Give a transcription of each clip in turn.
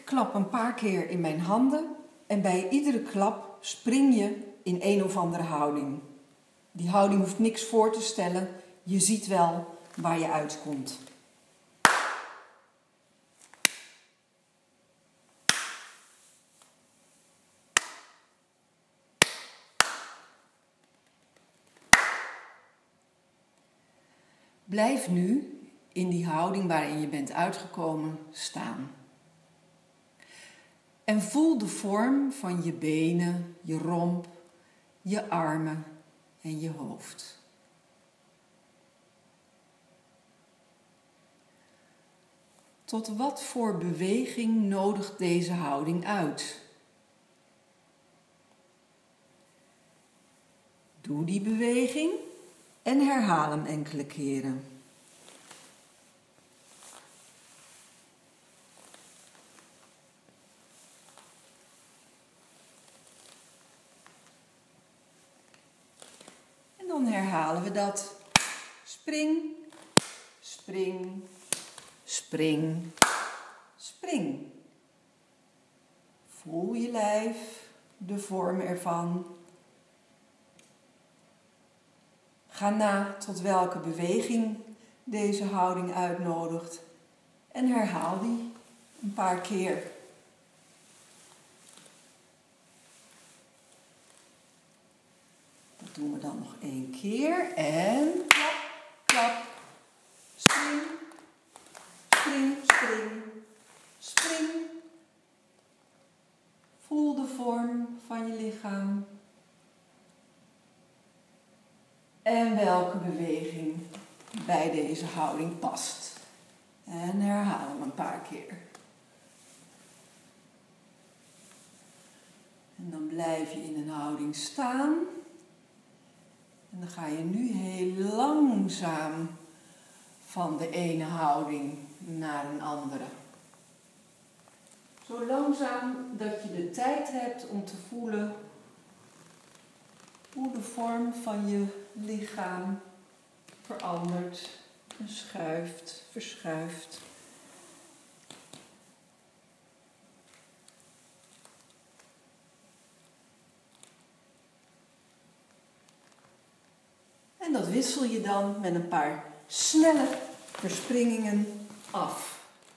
klap een paar keer in mijn handen en bij iedere klap spring je in een of andere houding. Die houding hoeft niks voor te stellen, je ziet wel waar je uitkomt. Blijf nu in die houding waarin je bent uitgekomen staan. En voel de vorm van je benen, je romp, je armen en je hoofd. Tot wat voor beweging nodigt deze houding uit? Doe die beweging en herhaal hem enkele keren. En dan herhalen we dat. Spring, spring, spring, spring. Voel je lijf, de vorm ervan. Ga na tot welke beweging deze houding uitnodigt en herhaal die een paar keer. Dat doen we dan nog 1 keer en klap, klap, spring, spring, spring, spring. Voel de vorm van je lichaam. En welke beweging bij deze houding past. En herhaal hem een paar keer. En dan blijf je in een houding staan. En dan ga je nu heel langzaam van de ene houding naar een andere. Zo langzaam dat je de tijd hebt om te voelen hoe de vorm van je lichaam verandert en schuift, verschuift. En dat wissel je dan met een paar snelle verspringingen af.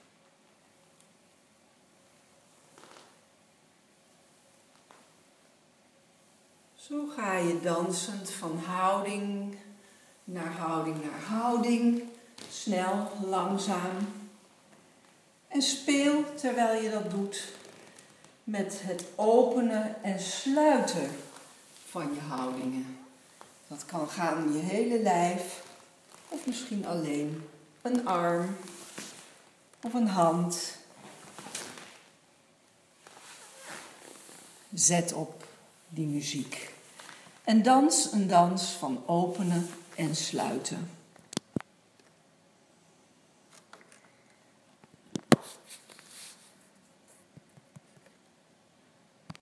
Zo ga je dansend van houding naar houding naar houding, snel, langzaam. En speel terwijl je dat doet met het openen en sluiten van je houdingen. Dat kan gaan je hele lijf of misschien alleen een arm of een hand. Zet op die muziek. En dans een dans van openen en sluiten.